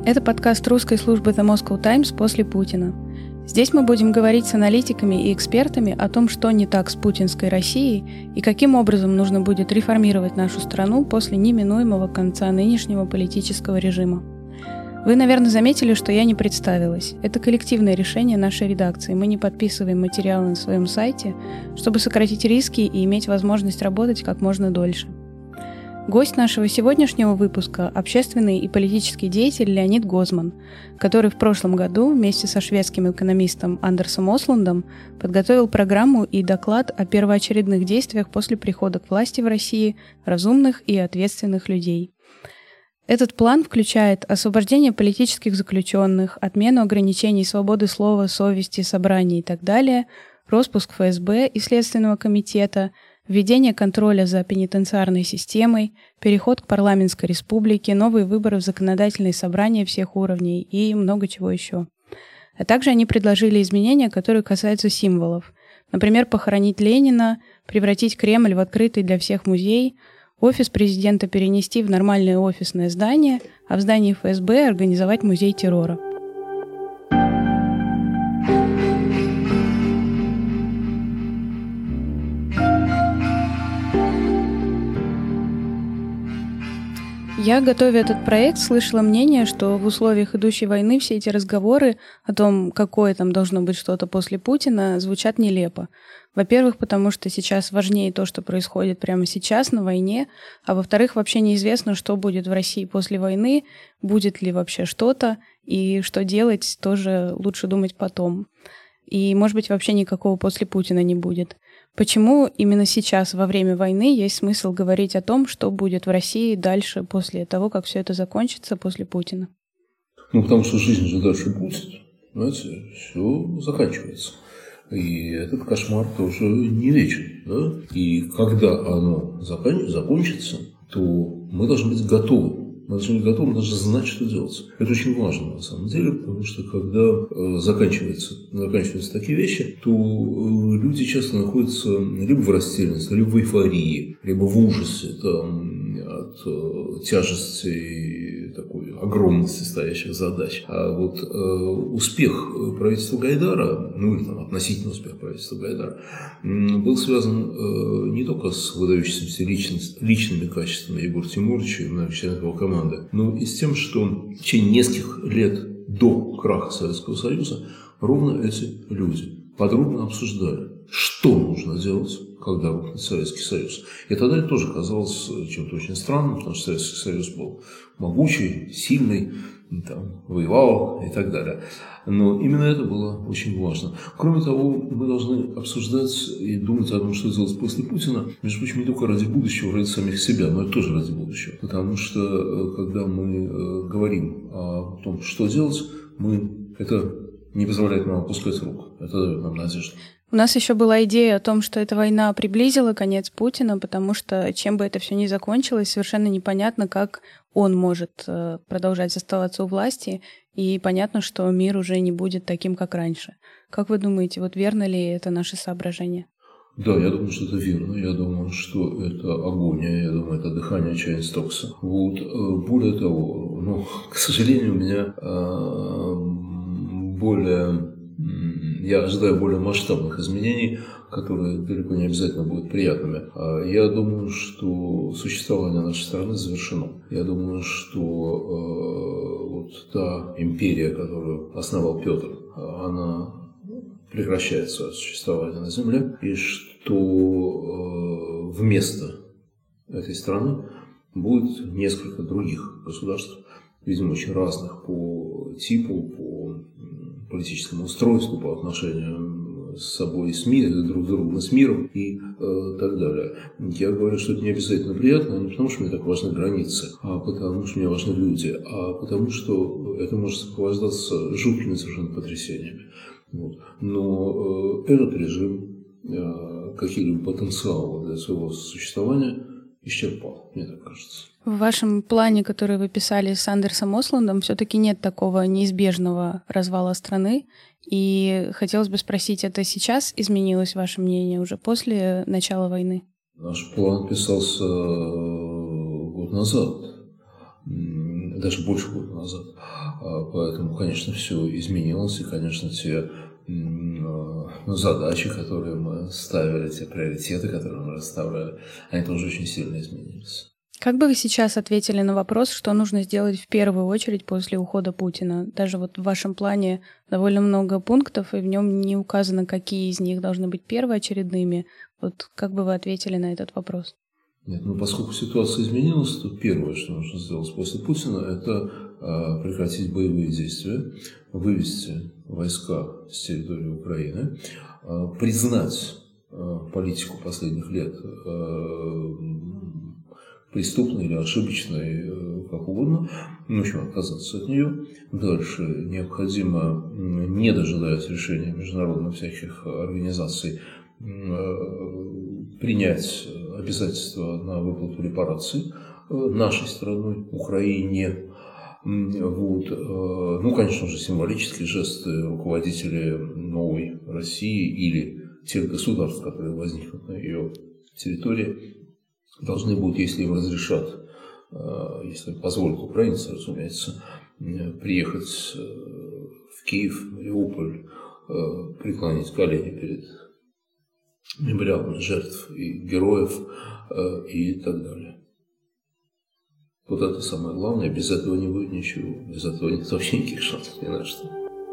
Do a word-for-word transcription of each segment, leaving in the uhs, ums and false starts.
Это подкаст русской службы The Moscow Times после Путина. Здесь мы будем говорить с аналитиками и экспертами о том, что не так с путинской Россией и каким образом нужно будет реформировать нашу страну после неминуемого конца нынешнего политического режима. Вы, наверное, заметили, что я не представилась. Это коллективное решение нашей редакции. Мы не подписываем материалы на своем сайте, чтобы сократить риски и иметь возможность работать как можно дольше. Гость нашего сегодняшнего выпуска – общественный и политический деятель Леонид Гозман, который в прошлом году вместе со шведским экономистом Андерсом Ослундом подготовил программу и доклад о первоочередных действиях после прихода к власти в России разумных и ответственных людей. Этот план включает освобождение политических заключенных, отмену ограничений свободы слова, совести, собраний и так далее, роспуск эф эс бэ и Следственного комитета, введение контроля за пенитенциарной системой, переход к парламентской республике, новые выборы в законодательные собрания всех уровней и много чего еще. А также они предложили изменения, которые касаются символов. Например, похоронить Ленина, превратить Кремль в открытый для всех музей, офис президента перенести в нормальное офисное здание, а в здании эф эс бэ организовать музей террора. Я, готовя этот проект, слышала мнение, что в условиях идущей войны все эти разговоры о том, какое там должно быть что-то после Путина, звучат нелепо. Во-первых, потому что сейчас важнее то, что происходит прямо сейчас на войне, а во-вторых, вообще неизвестно, что будет в России после войны, будет ли вообще что-то, и что делать, тоже лучше думать потом. И, может быть, вообще никакого после Путина не будет. Почему именно сейчас, во время войны, есть смысл говорить о том, что будет в России дальше, после того, как все это закончится, после Путина? Ну, потому что жизнь же дальше будет. Понимаете, все заканчивается. И этот кошмар тоже не вечен. Да? И когда оно закон... закончится, то мы должны быть готовы. Мы должны быть готовы, мы должны знать, что делать. Это очень важно, на самом деле, потому что когда э, заканчиваются, заканчиваются такие вещи, то э, люди часто находятся либо в растерянности, либо в эйфории, либо в ужасе там, от э, тяжести такой огромности стоящих задач. А вот э, успех правительства Гайдара, ну или там, относительный успех правительства Гайдара, э, был связан э, не только с выдающимися личность, личными качествами Егора Тимуровича и многих членов его команды, но и с тем, что в течение нескольких лет до краха Советского Союза ровно эти люди подробно обсуждали, что нужно делать, когда рухнет Советский Союз. И тогда это тоже казалось чем-то очень странным, потому что Советский Союз был могучий, сильный, там, воевал и так далее. Но именно это было очень важно. Кроме того, мы должны обсуждать и думать о том, что делать после Путина, между прочим, не только ради будущего, ради самих себя, но это тоже ради будущего. Потому что, когда мы говорим о том, что делать, мы это не позволяет нам опускать рук. Это дает нам надежду. У нас еще была идея о том, что эта война приблизила конец Путина, потому что, чем бы это все ни закончилось, совершенно непонятно, как он может продолжать оставаться у власти, и понятно, что мир уже не будет таким, как раньше. Как вы думаете, вот верно ли это наше соображение? Да, я думаю, что это верно. Я думаю, что это агония, я думаю, это дыхание Чайна-Стокса. Вот. Более того, ну, к сожалению, у меня более... Я ожидаю более масштабных изменений, которые далеко не обязательно будут приятными. Я думаю, что существование нашей страны завершено. Я думаю, что э, вот та империя, которую основал Петр, она прекращает свое существование на земле, и что э, вместо этой страны будет несколько других государств, видимо, очень разных по типу, по политическому устройству, по отношению с собой и с миром, друг с другом и с миром и э, так далее. Я говорю, что это не обязательно приятно, не потому что мне так важны границы, а потому что мне важны люди, а потому что это может сопровождаться жуткими совершенно потрясениями. Вот. Но э, этот режим э, какие-либо потенциалы для своего существования исчерпал, мне так кажется. В вашем плане, который вы писали с Андерсом Ослундом, все-таки нет такого неизбежного развала страны. И хотелось бы спросить, это сейчас изменилось ваше мнение уже после начала войны? Наш план писался год назад, даже больше года назад. Поэтому, конечно, все изменилось, и, конечно, те задачи, которые мы ставили, те приоритеты, которые мы расставляли, они тоже очень сильно изменились. Как бы вы сейчас ответили на вопрос, что нужно сделать в первую очередь после ухода Путина? Даже вот в вашем плане довольно много пунктов, и в нем не указано, какие из них должны быть первоочередными. Вот как бы вы ответили на этот вопрос? Нет, ну поскольку ситуация изменилась, то первое, что нужно сделать после Путина, это э, прекратить боевые действия, вывести войска с территории Украины, э, признать э, политику последних лет э, преступной или ошибочной, э, как угодно, в общем, отказаться от нее. Дальше необходимо, не дожидаясь решения международных всяких организаций, принять обязательства на выплату репараций нашей страной, Украине. Вот. Ну, конечно же, символические жесты руководителей новой России или тех государств, которые возникнут на ее территории, должны будут, если им разрешат, если позволят украинцы, разумеется, приехать в Киев, Мариуполь, преклонить колени перед мемориалами жертв и героев э, и так далее. Вот это самое главное. Без этого не будет ничего. Без этого нет вообще никаких шансов ни на что.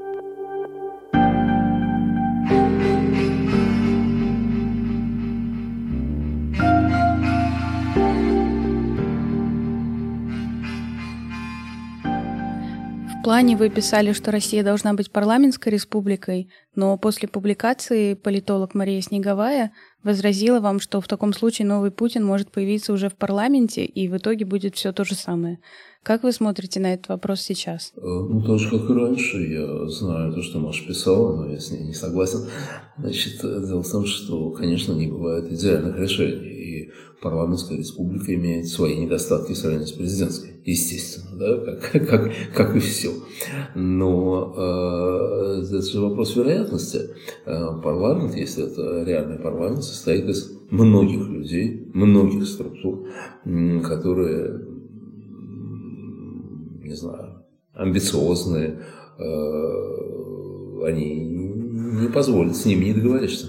В плане вы писали, что Россия должна быть парламентской республикой, но после публикации политолог Мария Снеговая возразила вам, что в таком случае новый Путин может появиться уже в парламенте, и в итоге будет все то же самое. Как вы смотрите на этот вопрос сейчас? Ну, так же, как и раньше. Я знаю то, что Маша писала, но я с ней не согласен. Значит, дело в том, что, конечно, не бывает идеальных решений. И парламентская республика имеет свои недостатки в сравнении с президентской. Естественно, да, как, как, как и все. Но э, это же вопрос вероятности. Парламент, если это реальный парламент, состоит из многих людей, многих структур, которые, не знаю, амбициозные, э, они не позволят, с ними не договоришься.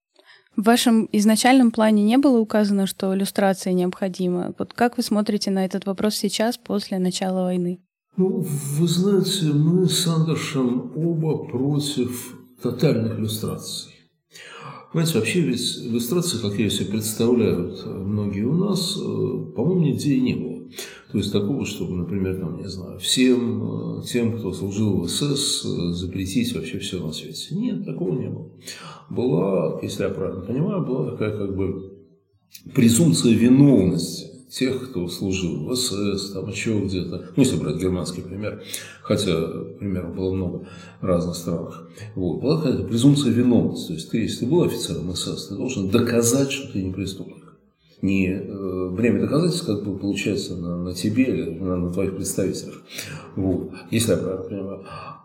В вашем изначальном плане не было указано, что люстрация необходима. Вот как вы смотрите на этот вопрос сейчас, после начала войны? Ну, вы знаете, мы с Андершем оба против тотальных люстраций. Понимаете, вообще ведь иллюстрации, как ее себе представляют многие у нас, по-моему, нигде и не было. То есть такого, чтобы, например, там, не знаю, всем тем, кто служил в СС, запретить вообще все на свете. Нет, такого не было. Была, если я правильно понимаю, была такая как бы презумпция виновности тех, кто служил в СС, там еще где-то, ну, если брать германский пример, хотя примеров было много в разных странах. Вот. Была какая-то презумпция виновности. То есть ты, если был офицером СС, ты должен доказать, что ты не преступник. Не э, бремя доказательств, как бы получается на, на тебе или на, на твоих представителях. Вот. Если я правильно понимаю.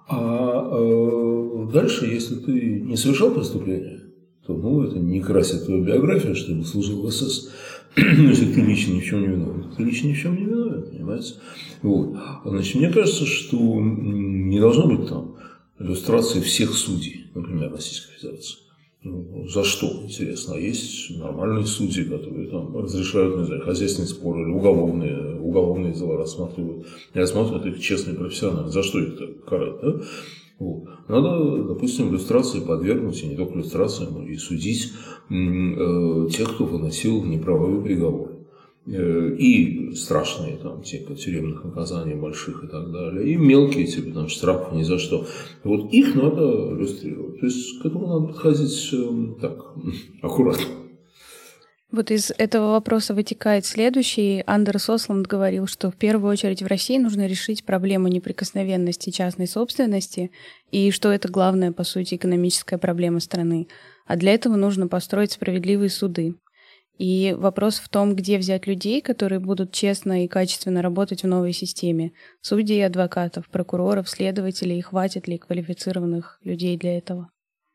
А э, дальше, если ты не совершал преступление, то ну, это не красит твою биографию, что ты служил в СС. Но если ты лично ни в чем не виновен, ты лично ни в чем не виновен, понимаете? Вот. Значит, мне кажется, что не должно быть там иллюстрации всех судей, например, Российской Федерации. Ну, за что, интересно? А есть нормальные судьи, которые там разрешают, не знаю, хозяйственные споры или уголовные, уголовные дела рассматривают. И рассматривают их честные профессионалы. За что их так карать, да? Вот. Надо, допустим, иллюстрации подвергнуть, и не только иллюстрациям, но и судить э, тех, кто выносил неправовые приговоры. Э, и страшные, там, типа тюремных наказаний больших и так далее, и мелкие, типа там, штрафов ни за что. Вот их надо иллюстрировать. То есть к этому надо подходить э, так, аккуратно. Вот из этого вопроса вытекает следующий. Андерс Осланд говорил, что в первую очередь в России нужно решить проблему неприкосновенности частной собственности, и что это главная, по сути, экономическая проблема страны. А для этого нужно построить справедливые суды. И вопрос в том, где взять людей, которые будут честно и качественно работать в новой системе. Судей и адвокатов, прокуроров, следователей, хватит ли квалифицированных людей для этого?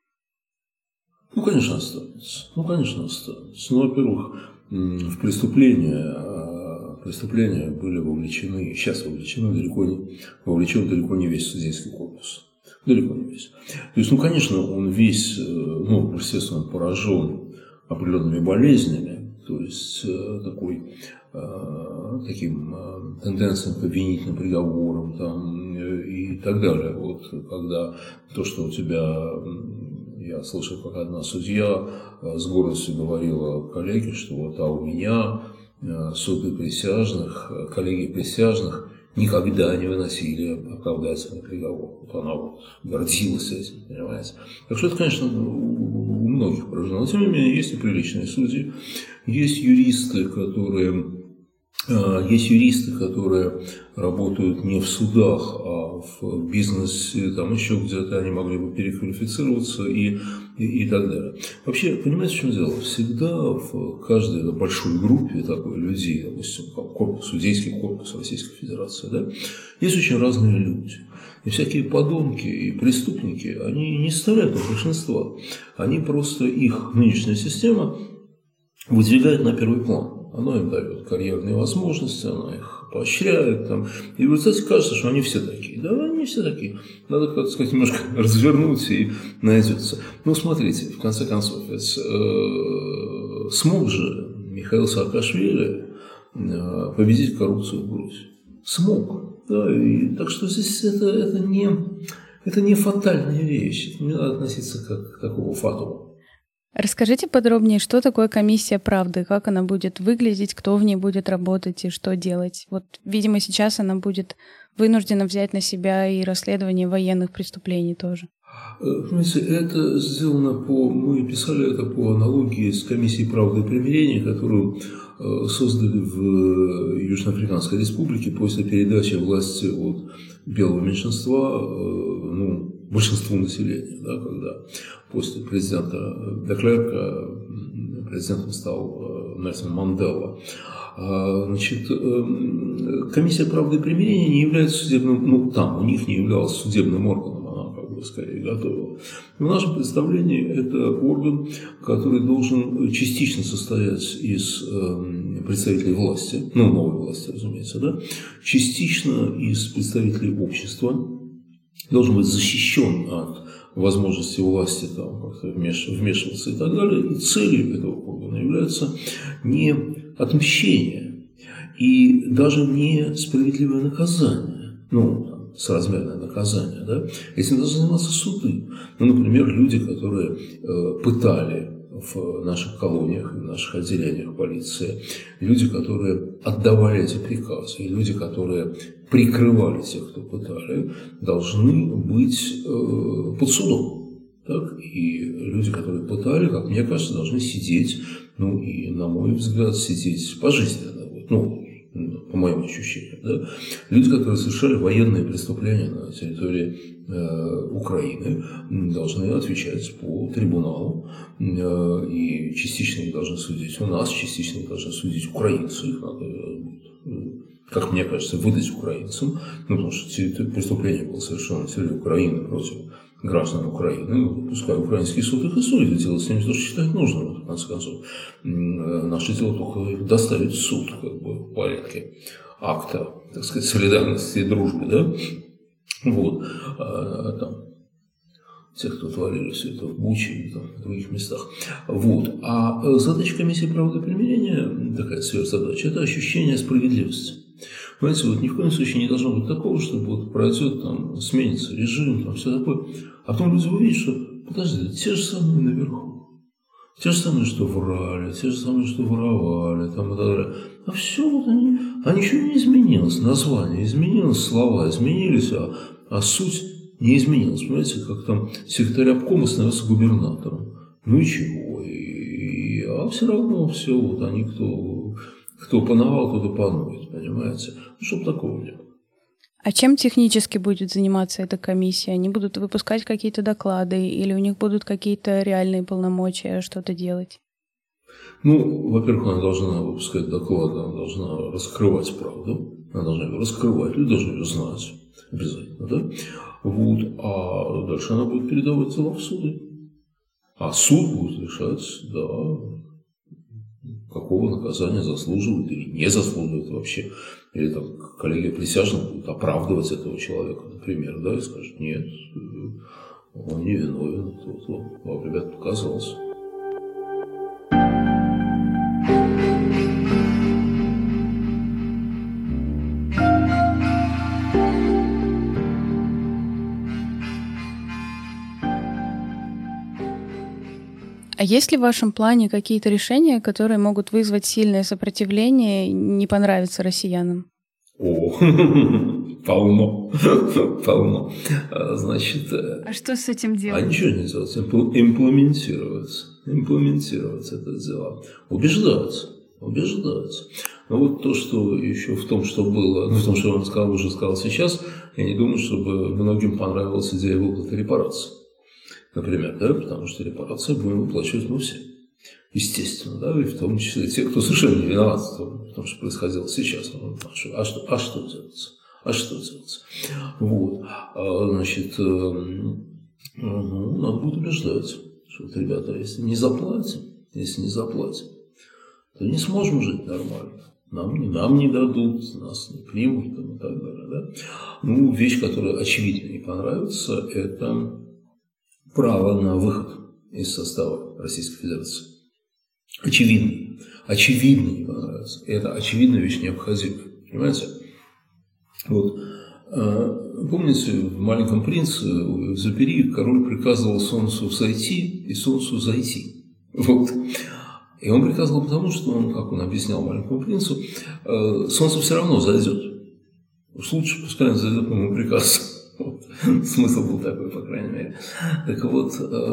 Ну, конечно, останется. Ну, конечно, останется. Ну, во-первых, в преступление преступления были вовлечены, сейчас вовлечены далеко не, вовлечен далеко не весь судейский корпус. Далеко не весь. То есть, ну, конечно, он весь, ну, естественно, он поражен определенными болезнями, то есть такой, таким тенденциям к обвинительным приговорам там, и так далее. Вот когда то, что у тебя, я слышал, как одна судья с гордостью говорила коллеге, что вот а у меня суды присяжных, коллеги присяжных никогда не выносили оправдательный приговор. Вот она вот гордилась этим, понимаете. Так что это, конечно, у многих поражено. Но, тем не менее, есть и приличные судьи, есть юристы, которые, есть юристы, которые работают не в судах, а в бизнесе, там еще где-то они могли бы переквалифицироваться и, и, и так далее. Вообще, понимаете, в чем дело? Всегда в каждой большой группе такой людей, допустим, корпус, судейский корпус Российской Федерации, да, есть очень разные люди. И всякие подонки и преступники, они не составляют большинства. Они просто, их нынешняя система выдвигает на первый план. Она им дает карьерные возможности, она их поощряет. Там. И в результате кажется, что они все такие. Да, они все такие. Надо, как сказать, немножко развернуть и найдется. Ну, смотрите, в конце концов, ведь, э, смог же Михаил Саакашвили э, победить коррупцию в Грузии. Смог. Да, и, так что здесь это, это, не, это не фатальная вещь. Не надо относиться как к такому фатуму. Расскажите подробнее, что такое комиссия правды, как она будет выглядеть, кто в ней будет работать и что делать. Вот, видимо, сейчас она будет вынуждена взять на себя и расследование военных преступлений тоже. Понимаете, это сделано по... Мы писали это по аналогии с комиссией правды и примирения, которую создали в Южноафриканской Республике после передачи власти от белого меньшинства, ну, большинству населения, да, когда после президента Деклерка президентом стал Нельсон Мандела. Значит, комиссия правды и примирения не является судебным, ну, там у них не являлась судебным органом, она как бы скорее готовила. В нашем представлении это орган, который должен частично состоять из представителей власти, ну, новой власти, разумеется, да, частично из представителей общества, должен быть защищен от возможности власти там как-то вмешиваться и так далее. И целью этого органа является не отмщение и даже не справедливое наказание, ну, там, соразмерное наказание, да. Этим должны заниматься суды. Ну, например, люди, которые э, пытали в наших колониях, в наших отделениях полиции, люди, которые отдавали эти приказы, и люди, которые прикрывали тех, кто пытали, должны быть э, под судом. Так? И люди, которые пытали, как мне кажется, должны сидеть, ну и, на мой взгляд, сидеть пожизненно. Ну, по моим ощущениям. Да? Люди, которые совершали военные преступления на территории э, Украины, должны отвечать по трибуналу. Э, и частично их должны судить у нас, частично их должны судить украинцы. Их надо, как мне кажется, выдать украинцам. Ну, потому что преступление было совершено на территории Украины против граждан Украины, ну, пускай украинский суд их и судит, делать с ними то, что считает нужным, в конце концов. Наше дело только доставить в суд, как бы, в порядке акта, так сказать, солидарности и дружбы, да, вот, а, там, те, кто творили все это в Буче и там, в других местах, вот, а задача комиссии правды и примирения, такая сверхзадача, это ощущение справедливости. Понимаете, вот ни в коем случае не должно быть такого, чтобы вот пройдет, там, сменится режим, там, все такое. А потом люди увидят, что, подожди, те же самые наверху, те же самые, что врали, те же самые, что воровали, там, и так далее. А все вот они, а ничего не изменилось, название изменилось, слова изменились, а, а суть не изменилась. Понимаете, как там секретарь обкома становился губернатором. Ну и чего? И, и, а все равно все, вот они кто... Кто пановал, тот и панует, понимаете? Ну, чтобы такого не было. А чем технически будет заниматься эта комиссия? Они будут выпускать какие-то доклады или у них будут какие-то реальные полномочия что-то делать? Ну, во-первых, она должна выпускать доклады, она должна раскрывать правду, она должна ее раскрывать, люди должны ее знать обязательно, да? Вот. А дальше она будет передавать дела в суды. А суд будет решать, да, какого наказания заслуживают или не заслуживают вообще. Или там коллегия присяжных будут оправдывать этого человека, например, да, и скажут, нет, он не виновен, вот, вот, вам, ребят, показалось. А есть ли в вашем плане какие-то решения, которые могут вызвать сильное сопротивление и не понравиться россиянам? О, полно, полно. Значит, а что с этим делать? А ничего не делать, имплементировать, имплементировать это дело, убеждать, убеждать. Но вот то, что еще в том, что было, ну, в том, что он сказал, уже сказал сейчас, я не думаю, чтобы многим понравилась идея выплаты репараций. Например, да, потому что репарации будем выплачивать мы все. Естественно, да, и в том числе те, кто совершенно не виноват в том, в том, что происходило сейчас. А что, а что делать? А что делать? Вот. А, значит, ну, надо будет убеждать, что вот, ребята, если не заплатим, если не заплатим, то не сможем жить нормально. Нам, нам не дадут, нас не примут там, и так далее. Да? Ну, вещь, которая очевидно не понравится, это право на выход из состава Российской Федерации. Очевидно. Очевидно не понравится. Это очевидная вещь необходимая. Понимаете? Вот. Помните, в «Маленьком принце» у Экзюпери король приказывал солнцу взойти и солнцу зайти. Вот. И он приказывал потому, что он, как он объяснял «Маленькому принцу», солнце все равно зайдет. Уж лучше, пускай он зайдет по моему приказу. Вот. Смысл был такой, по крайней мере. Так вот,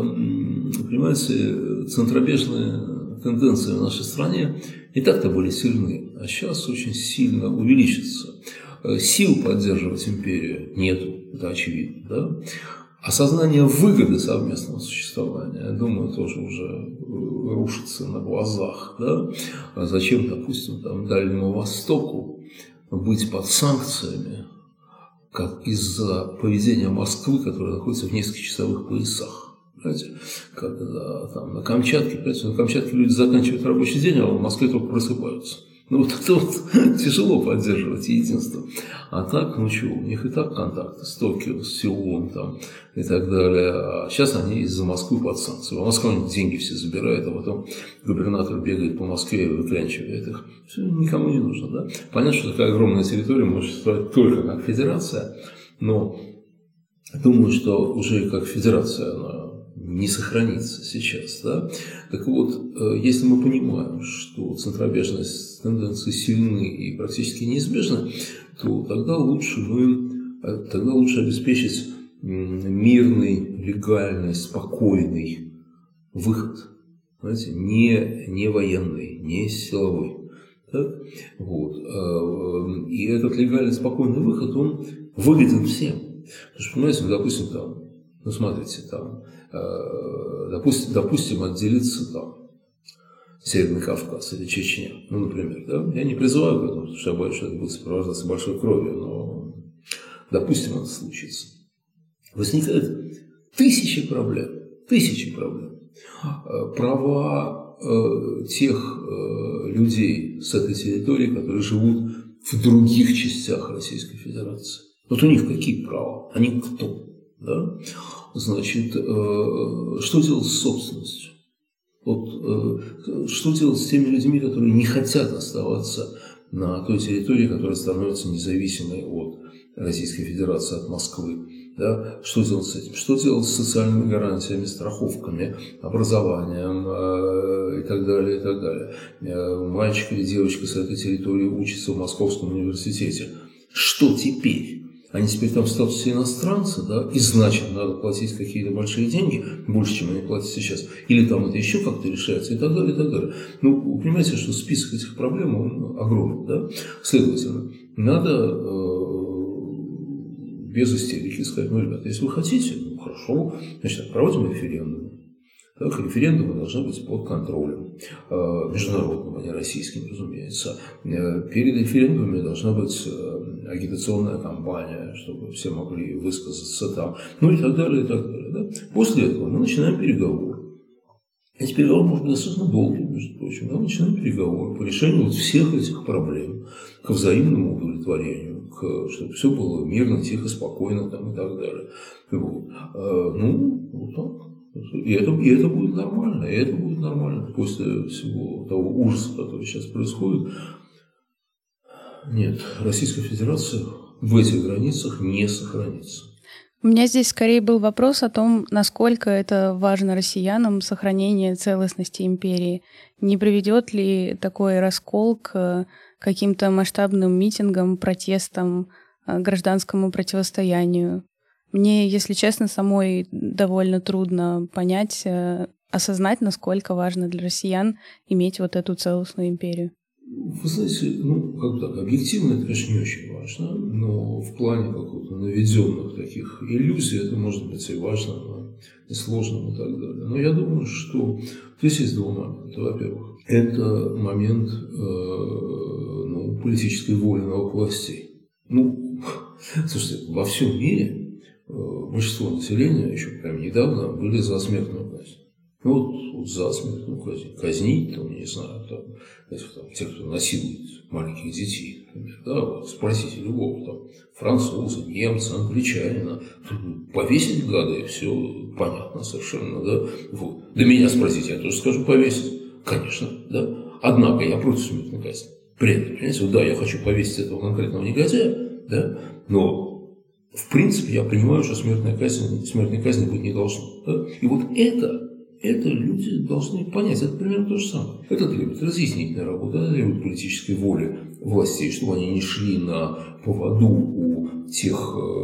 понимаете, центробежные тенденции в нашей стране и так-то были сильны, а сейчас очень сильно увеличатся. Сил поддерживать империю нету, это очевидно. Да? Осознание выгоды совместного существования, я думаю, тоже уже рушится на глазах. Да? А зачем, допустим, там, Дальнему Востоку быть под санкциями, как из-за поведения Москвы, которая находится в нескольких часовых поясах. Понимаете? Когда там на Камчатке, понимаете, на Камчатке люди заканчивают рабочий день, а в Москве только просыпаются. Ну, вот это вот тяжело поддерживать единство. А так, ну что, у них и так контакты с Токио, с Сеулом там, и так далее. А сейчас они из-за Москвы под санкциями. А Москва деньги все забирает, а потом губернатор бегает по Москве и выклянчивает их. Все никому не нужно, да? Понятно, что такая огромная территория может существовать только как федерация, но думаю, что уже как федерация она не сохранится сейчас. Да? Так вот, если мы понимаем, что центробежные тенденции сильны и практически неизбежны, то тогда лучше, мы, тогда лучше обеспечить мирный, легальный, спокойный выход. Знаете, не, не военный, не силовой. Так? Вот. И этот легальный, спокойный выход, он выгоден всем. Потому что, понимаете, ну, допустим, там, ну, смотрите, там, э, допустим, допустим, отделиться там Северный Кавказ или Чечня, ну, например, да, я не призываю к этому, потому что я боюсь, что это будет сопровождаться большой кровью, но, допустим, это случится. Возникает тысячи проблем, тысячи проблем. Права э, тех э, людей с этой территории, которые живут в других частях Российской Федерации. Вот у них какие права? Они кто? Да? Значит, что делать с собственностью? Вот, что делать с теми людьми, которые не хотят оставаться на той территории, которая становится независимой от Российской Федерации, от Москвы? Да? Что делать с этим? Что делать с социальными гарантиями, страховками, образованием э, и так далее, и так далее? Мальчик или девочка с этой территории учится в Московском университете. Что теперь? Они теперь там в статусе иностранца, да, и значит, надо платить какие-то большие деньги, больше, чем они платят сейчас. Или там это еще как-то решается, и так далее, и так далее. Ну, вы понимаете, что список этих проблем он огромен, да? Следовательно, надо э, без истерики сказать, ну, ребята, если вы хотите, ну, хорошо, значит, проводим референдум. Так, референдумы должны быть под контролем, э, международным, а не российским, разумеется. Э, перед референдумами должна быть э, агитационная кампания, чтобы все могли высказаться там, ну и так далее, и так далее. Да? После этого мы начинаем переговоры. Эти переговоры, может быть, достаточно долгие, между прочим. Да, начинаем переговоры по решению вот всех этих проблем, к взаимному удовлетворению, к, чтобы все было мирно, тихо, спокойно там, и так далее. Вот. А, ну, вот так. И это, и это будет нормально, и это будет нормально после всего того ужаса, который сейчас происходит. Нет, Российская Федерация в этих границах не сохранится. У меня здесь скорее был вопрос о том, насколько это важно россиянам, сохранение целостности империи. Не приведет ли такой раскол к каким-то масштабным митингам, протестам, гражданскому противостоянию? Мне, если честно, самой довольно трудно понять, осознать, насколько важно для россиян иметь вот эту целостную империю. Вы знаете, ну, как так, объективно это, конечно, не очень важно, но в плане каких-то наведенных таких иллюзий это может быть и важно, и сложно, и так далее. Но я думаю, что здесь есть два момента. Во-первых, это момент э, ну, политической воли новых властей. Ну, слушайте, во всем мире э, большинство населения еще прямо недавно были за смертную казнь. Вот, вот за смертную казнь. Казнить, там, не знаю, там, там, тех, кто насилует маленьких детей, например, да, вот, спросите любого, там, француза, немца, англичанина, повесить гада, и все понятно совершенно, да, вот. Да меня спросите, я тоже скажу повесить, конечно, да, однако я против смертной казни. При этом, понимаете, вот, да, я хочу повесить этого конкретного негодяя, да, но в принципе я понимаю, что смертная казнь, смертной казни быть не должно, да, и вот это Это люди должны понять. Это примерно то же самое. Это требует разъяснительной работы, это требует политической воли властей, чтобы они не шли на поводу у тех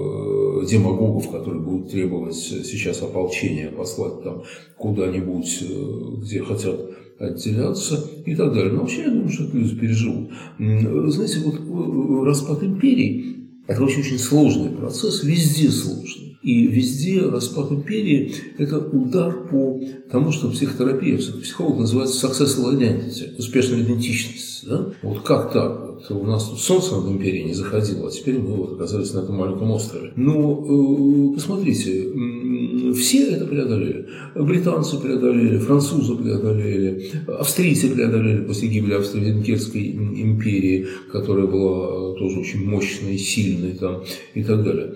э, демагогов, которые будут требовать сейчас ополчения, послать там куда-нибудь, э, где хотят отделяться и так далее. Но вообще я думаю, что это люди переживут. Знаете, вот распад империи – это очень-очень сложный процесс, везде сложный. И везде распад империи – это удар по тому, что психотерапия, психолог называется successful identity, успешная идентичность. Да? Вот как так? Вот у нас тут солнце над империей не заходило, а теперь мы вот оказались на этом маленьком острове. Но э, посмотрите, все это преодолели. Британцы преодолели, французы преодолели, австрийцы преодолели после гибели Австро-Венгерской империи, которая была тоже очень мощной, сильной там, и так далее.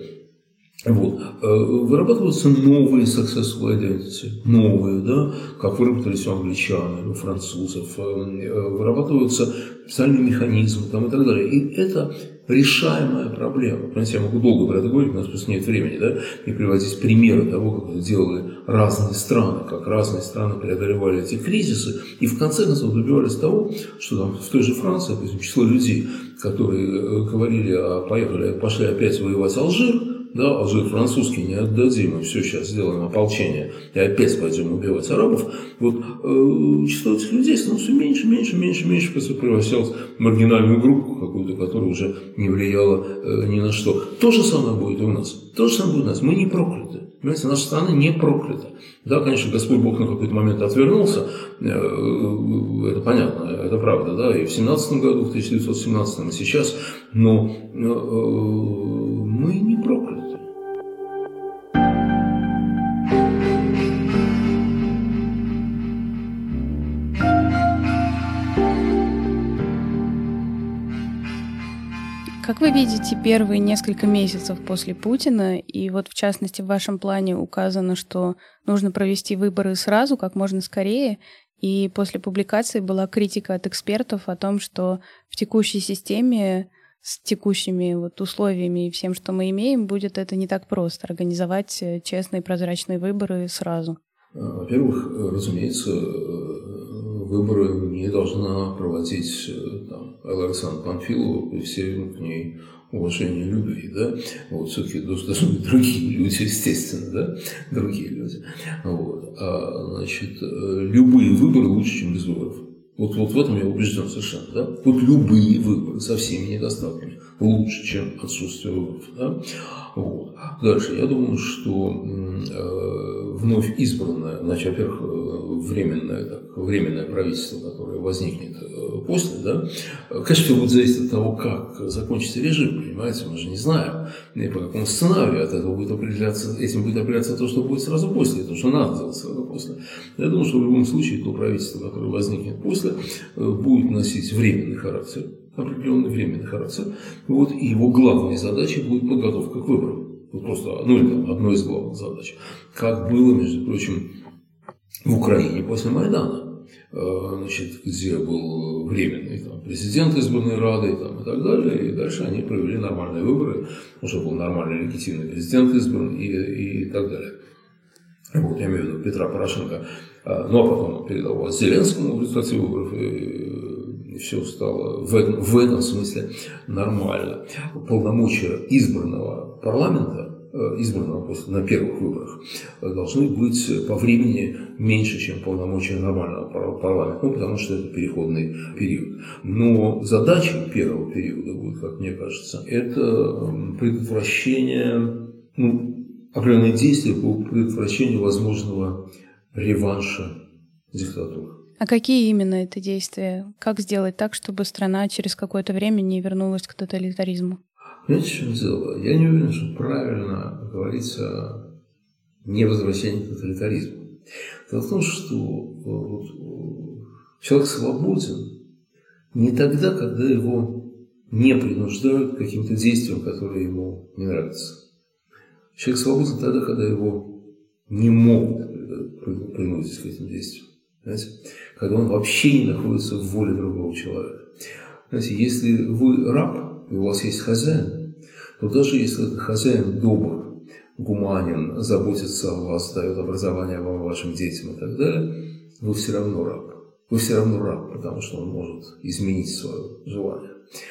Вот. Вырабатываются новые successful identity, новые, да, как выработались у англичан, у французов, вырабатываются специальные механизмы там, и так далее. И это решаемая проблема. Понимаете, я могу долго про это говорить, у нас просто нет времени, да, и приводить примеры того, как это делали разные страны, как разные страны преодолевали эти кризисы, и в конце концов добивались того, что там в той же Франции, допустим, число людей, которые говорили, а поехали, пошли опять воевать Алжир, да, Алжир французский не отдадим, мы все сейчас сделаем ополчение и опять пойдем убивать арабов. Вот э, число этих людей становится меньше, меньше, меньше, меньше, превращалось в маргинальную группу какую-то, которая уже не влияла э, ни на что. То же самое будет у нас. То же самое будет у нас. Мы не прокляты. Понимаете, наша страна не проклята. Да, конечно, Господь Бог на какой-то момент отвернулся, э, э, это понятно, это правда, да, и в семнадцатом году, в тысяча девятьсот семнадцатом, и сейчас, но э, э, мы не прокляты. Как вы видите первые несколько месяцев после Путина, и вот в частности в вашем плане указано, что нужно провести выборы сразу, как можно скорее, и после публикации была критика от экспертов о том, что в текущей системе с текущими вот условиями и всем, что мы имеем, будет это не так просто организовать честные прозрачные выборы сразу. Во-первых, разумеется, выборы не должна проводить там, Элла Александровна Панфилова при всем к ней уважении и любви, да, вот все-таки должны быть другие люди, естественно, да, другие люди, вот, а, значит, любые выборы лучше, чем без выборов. Вот, вот в этом я убежден совершенно, да, вот любые выборы со всеми недостатками лучше, чем отсутствие выборов, да. Вот. Дальше, я думаю, что э, вновь избранное, значит, во-первых, временное, так, временное правительство, которое возникнет после, да, конечно, все будет зависеть от того, как закончится режим, понимаете, мы же не знаем, и по какому сценарию от этого будет определяться, этим будет определяться то, что будет сразу после, то, что надо сделать сразу после. Я думаю, что в любом случае то правительство, которое возникнет после, будет носить временный характер, определенный временный характер, вот, и его главной задачей будет подготовка к выборам. Вот просто, ну, или там, одной из главных задач. Как было, между прочим, в Украине после Майдана, значит, где был временный там, президент, избранный Радой там, и так далее, и дальше они провели нормальные выборы, уже был нормальный легитимный президент избран и, и так далее. Вот, я имею в виду Петра Порошенко. Ну, а потом он передал власть Зеленскому в результате выборов, и, и все стало в этом, в этом смысле нормально. Полномочия избранного парламента, избранного после, на первых выборах, должны быть по времени меньше, чем полномочия нормального парламента, ну, потому что это переходный период. Но задачей первого периода будет, как мне кажется, это предотвращение, ну, определенные действия по предотвращению возможного реванша диктатуры. А какие именно это действия? Как сделать так, чтобы страна через какое-то время не вернулась к тоталитаризму? Понимаете, в чем дело? Я не уверен, что правильно говорить о невозвращении к тоталитаризму. Дело в том, что вот, человек свободен не тогда, когда его не принуждают к каким-то действиям, которые ему не нравятся. Человек свободен тогда, когда его не могут принудить к этим действиям. Знаете? Когда он вообще не находится в воле другого человека. Знаете, если вы раб, и у вас есть хозяин, то даже если этот хозяин добр, гуманен, заботится о вас, дает образование вам, вашим детям и так далее, вы все равно раб. Вы все равно раб, потому что он может изменить свое желание.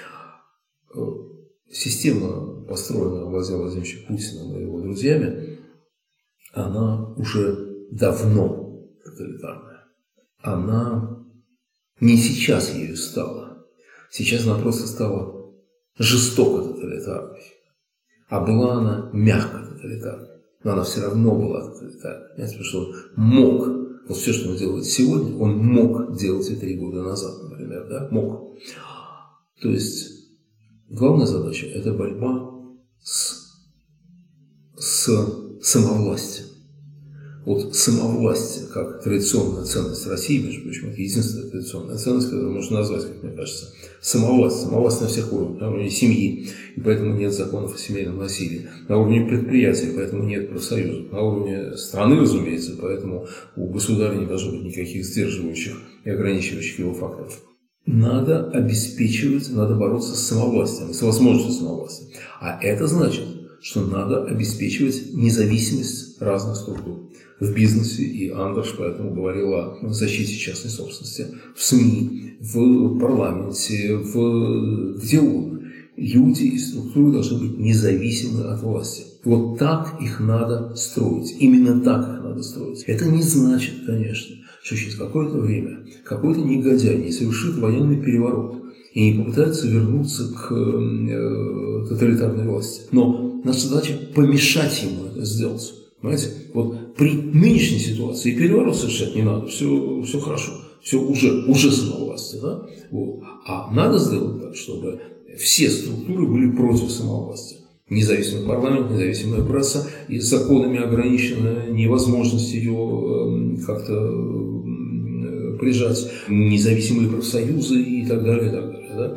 Система, построенная Владимиром Владимировичем Путиным и его друзьями, она уже давно тоталитарная. Она не сейчас ею стала. Сейчас она просто стала жестоко тоталитарной. А была она мягко тоталитарной. Но она все равно была тоталитарной. Понимаете, потому что он мог, вот все, что он делает сегодня, он мог делать и три года назад, например, да, мог. То есть главная задача – это борьба с, с самовластием. Вот самовластие, как традиционная ценность России, между прочим, это единственная традиционная ценность, которую можно назвать, как мне кажется, самовластие. Самовластие на всех уровнях. На уровне семьи, и поэтому нет законов о семейном насилии. На уровне предприятий, поэтому нет профсоюзов. На уровне страны, разумеется, поэтому у государя не должно быть никаких сдерживающих и ограничивающих его факторов. Надо обеспечивать, надо бороться с самовластием, с возможностью самовластия. А это значит, что надо обеспечивать независимость разных структур в бизнесе, и Андрош поэтому говорил о защите частной собственности, в СМИ, в парламенте, в где угодно. Люди и структуры должны быть независимы от власти. Вот так их надо строить. Именно так их надо строить. Это не значит, конечно, что через какое-то время какой-то негодяй не совершит военный переворот и не попытается вернуться к э, тоталитарной власти. Но наша задача помешать ему это сделать. Понимаете? Вот при нынешней ситуации переворот совершать не надо, все, все хорошо, все уже, уже самовластие. Да? Вот. А надо сделать так, чтобы все структуры были против самовластия. Независимый парламент, независимая пресса, и законами ограничена невозможность ее как-то прижать, независимые профсоюзы и так далее, и так далее. Да?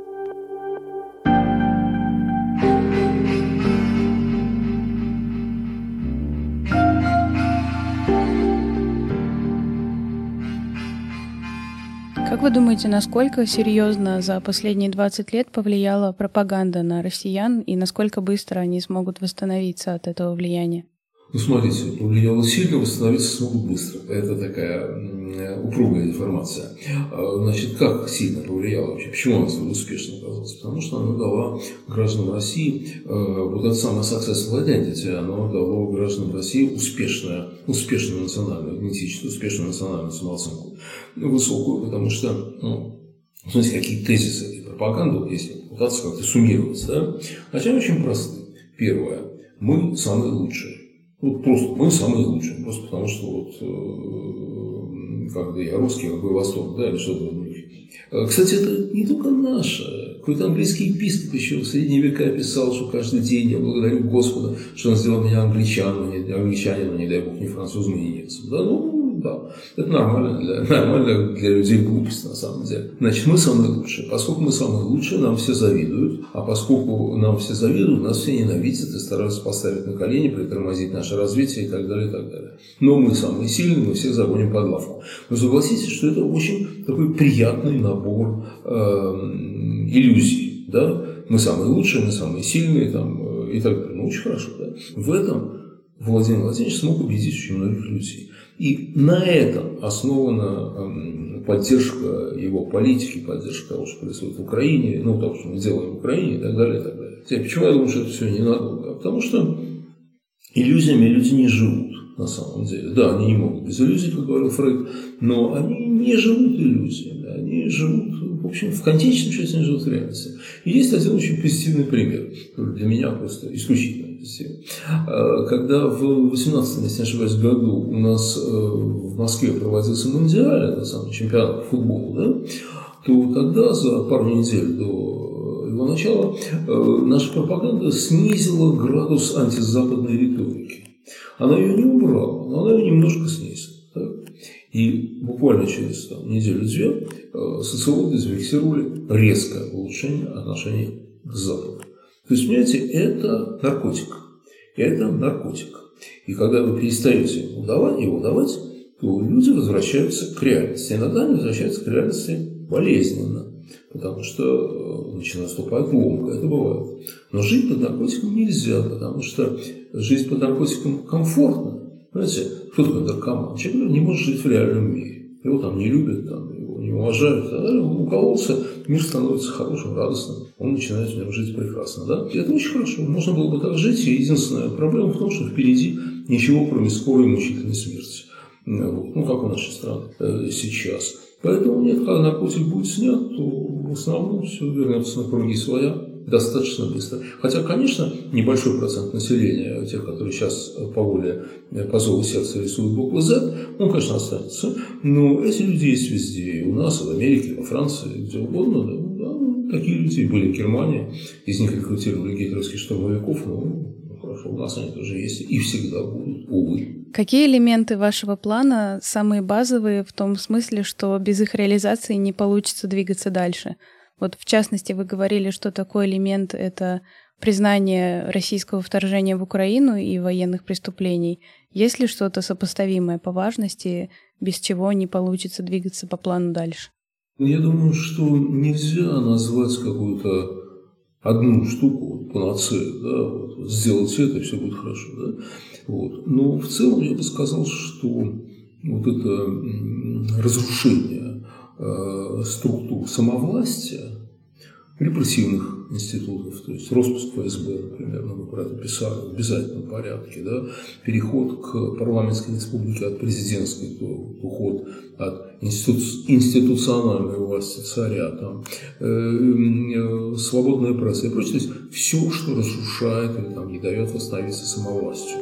Как вы думаете, насколько серьезно за последние двадцать лет повлияла пропаганда на россиян и насколько быстро они смогут восстановиться от этого влияния? Ну, смотрите, повлияло сильно, восстановиться смогут быстро. Это такая упругая информация. Значит, как сильно повлияло вообще? Почему она столь успешно оказалась? Потому что она дала гражданам России, вот это самое successful identity, оно дало гражданам России успешное, успешную национальную идентичность, успешную национальную самооценку. Высокую, потому что, ну, смотрите, какие тезисы и пропаганду, если пытаться как-то суммировать, да? Хотя очень простые. Первое. Мы самые лучшие. Вот просто мы самые лучшие, просто потому что вот э, когда я русский, какой восторг, да, или что-то в них. Кстати, это не только наше. Какой-то английский епископ еще в средние века писал, что каждый день я благодарю Господа, что он сделал меня англичанином, не, англичанином, не дай бог, не французом и не немцем. Да, ну, да, это нормально для, нормально для людей глупость, на самом деле. Значит, мы самые лучшие. Поскольку мы самые лучшие, нам все завидуют. А поскольку нам все завидуют, нас все ненавидят и стараются поставить на колени, притормозить наше развитие и так далее, и так далее. Но мы самые сильные, мы всех загоним под лавку. Но согласитесь, что это очень такой приятный набор э, иллюзий. Да? Мы самые лучшие, мы самые сильные там, э, и так далее. Ну, очень хорошо. Да? В этом Владимир Владимирович смог убедить очень многих людей. И на этом основана поддержка его политики, поддержка того, что происходит в Украине, ну, того, что мы делаем в Украине и так далее, и так далее. Теперь, почему я думаю, что это все ненадолго? Потому что иллюзиями люди не живут, на самом деле. Да, они не могут без иллюзий, как говорил Фрейд, но они не живут иллюзиями, они живут, в общем, в конечном счете они живут в реальности. И есть один очень позитивный пример, который для меня просто исключительно. Когда в восемнадцатом, если не ошибаюсь, году у нас в Москве проводился Мундиаль, это самый чемпионат по футболу, да, то тогда за пару недель до его начала наша пропаганда снизила градус антизападной риторики. Она ее не убрала, но она ее немножко снизила. Так? И буквально через там, неделю-две социологи зафиксировали резкое улучшение отношений к Западу. То есть, понимаете, это наркотик. Это наркотик. И когда вы перестаете его давать, его давать, то люди возвращаются к реальности. Иногда они возвращаются к реальности болезненно, потому что начинает наступать ломка. Это бывает. Но жить под наркотиком нельзя, потому что жизнь под наркотиком комфортна. Понимаете, кто такой наркоман? Человек не может жить в реальном мире. Его там не любят, там, его не уважают. Он укололся, мир становится хорошим, радостным. Он начинает в нем жить прекрасно. Да? И это очень хорошо. Можно было бы так жить. И единственная проблема в том, что впереди ничего, кроме скорой и мучительной смерти. Вот. Ну, как у нашей страны э, сейчас. Поэтому нет, когда наркотик будет снят, то в основном все вернется на круги своя достаточно быстро. Хотя, конечно, небольшой процент населения, тех, которые сейчас по воле, по зову сердца рисуют букву Z, он, конечно, останется. Но эти люди есть везде. И у нас, и в Америке, и во Франции, где угодно. Да, да, такие люди были в Германии. Из них рекрутировали гитлеровских штурмовиков. Ну, хорошо, у нас они тоже есть. И всегда будут, увы. Какие элементы вашего плана самые базовые в том смысле, что без их реализации не получится двигаться дальше? Вот в частности, вы говорили, что такой элемент — это признание российского вторжения в Украину и военных преступлений. Есть ли что-то сопоставимое по важности, без чего не получится двигаться по плану дальше? Я думаю, что нельзя назвать какую-то одну штуку панацею, да, вот, вот сделать это, и все будет хорошо. Да? Вот. Но в целом я бы сказал, что вот это разрушение э, структур самовластия, репрессивных институтов, то есть распуск ФСБ, например, мы про это писали в обязательном порядке, да, переход к парламентской республике от президентской, то уход от институ, институциональной власти царя, там, э, э, свободная пресса и прочее, то есть все, что разрушает или там, не дает восстановиться самовластью.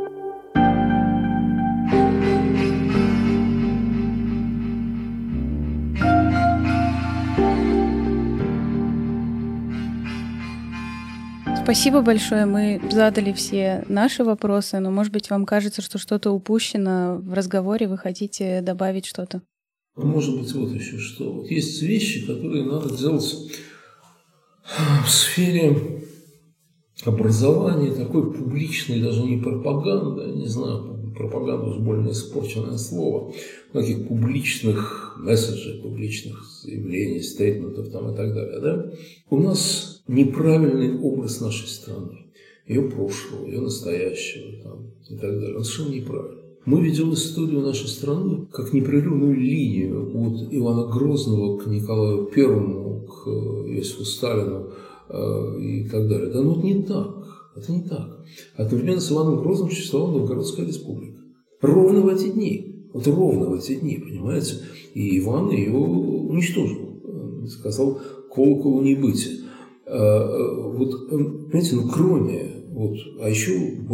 Спасибо большое. Мы задали все наши вопросы, но, может быть, вам кажется, что что-то упущено в разговоре, вы хотите добавить что-то? Может быть, вот еще что. Вот есть вещи, которые надо делать в сфере образования, такой публичной, даже не пропаганда, не знаю, пропаганда уж больно испорченное слово, таких публичных месседжей, публичных заявлений, стейтментов там и так далее. Да? У нас неправильный образ нашей страны, ее прошлого, ее настоящего там, и так далее. Он совершенно неправильный. Мы ведем историю нашей страны как непрерывную линию от Ивана Грозного к Николаю Первому, к Иосифу Сталину э, и так далее. Да, ну это не так. Это не так. Одновременно с Иваном Грозным существовала Новгородская республика. Ровно в эти дни. Вот ровно в эти дни, понимаете? И Иван ее уничтожил. Сказал: колоколу не быть. А, вот, понимаете, ну кроме, вот, а еще был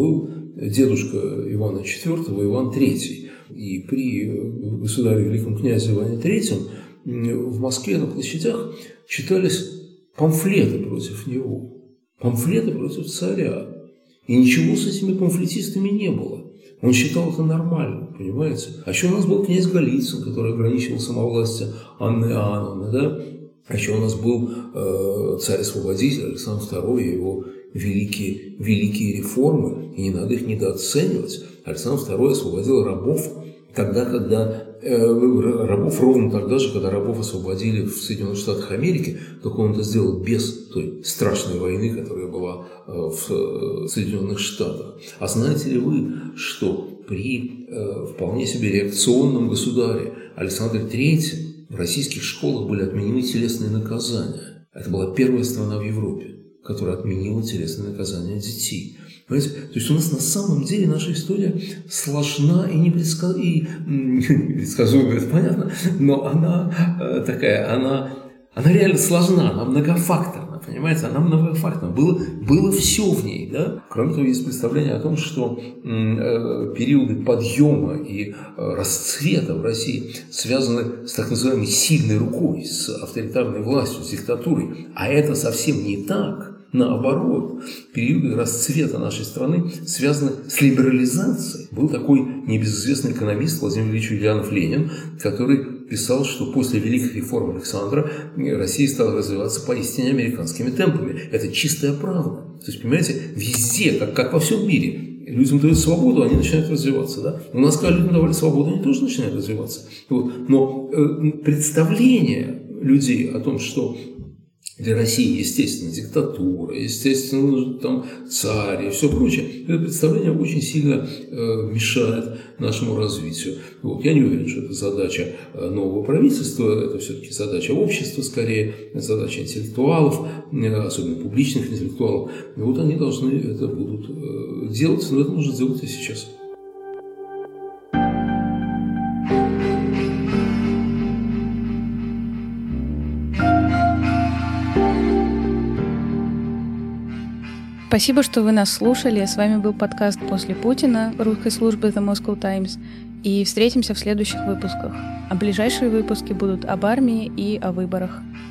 дедушка Ивана четвёртого, Иван третий. И при государе великом князе Иване третьем в Москве на площадях читались памфлеты против него. Памфлеты против царя. И ничего с этими памфлетистами не было. Он считал это нормально, понимаете? А еще у нас был князь Голицын, который ограничивал самовластие Анны Иоанновны, да? А еще у нас был э, царь-освободитель Александр второй и его великие, великие реформы, и не надо их недооценивать. Александр второй освободил рабов тогда, когда э, рабов ровно тогда же, когда рабов освободили в Соединенных Штатах Америки, только он это сделал без той страшной войны, которая была э, в Соединенных Штатах. А знаете ли вы, что при э, вполне себе реакционном государе Александре третьем в российских школах были отменены телесные наказания? Это была первая страна в Европе, которая отменила телесные наказания детей. Понимаете? То есть у нас на самом деле наша история сложна и непредсказуема, это понятно, но она такая, она, она реально сложна, она многофакторна, понимаете, она многофакторна. Было, было все в ней, да? Кроме того, есть представление о том, что э, периоды подъема и э, расцвета в России связаны с так называемой сильной рукой, с авторитарной властью, с диктатурой, а это совсем не так. Наоборот, периоды расцвета нашей страны связаны с либерализацией. Был такой небезызвестный экономист Владимир Ильич Ульянов-Ленин, который писал, что после великих реформ Александра Россия стала развиваться поистине американскими темпами. Это чистая правда. То есть, понимаете, везде, как, как во всем мире, людям дают свободу, они начинают развиваться. Да? У нас, когда людям давали свободу, они тоже начинают развиваться. Вот. Но э, представление людей о том, что для России, естественно, диктатура, естественно, там царь и все прочее. Это представление очень сильно э, мешает нашему развитию. Вот. Я не уверен, что это задача нового правительства, это все-таки задача общества, скорее, задача интеллектуалов, особенно публичных интеллектуалов. И вот они должны это будут э, делать, но это можно сделать и сейчас. Спасибо, что вы нас слушали. С вами был подкаст «После Путина» русской службы The Moscow Times. И встретимся в следующих выпусках. А ближайшие выпуски будут об армии и о выборах.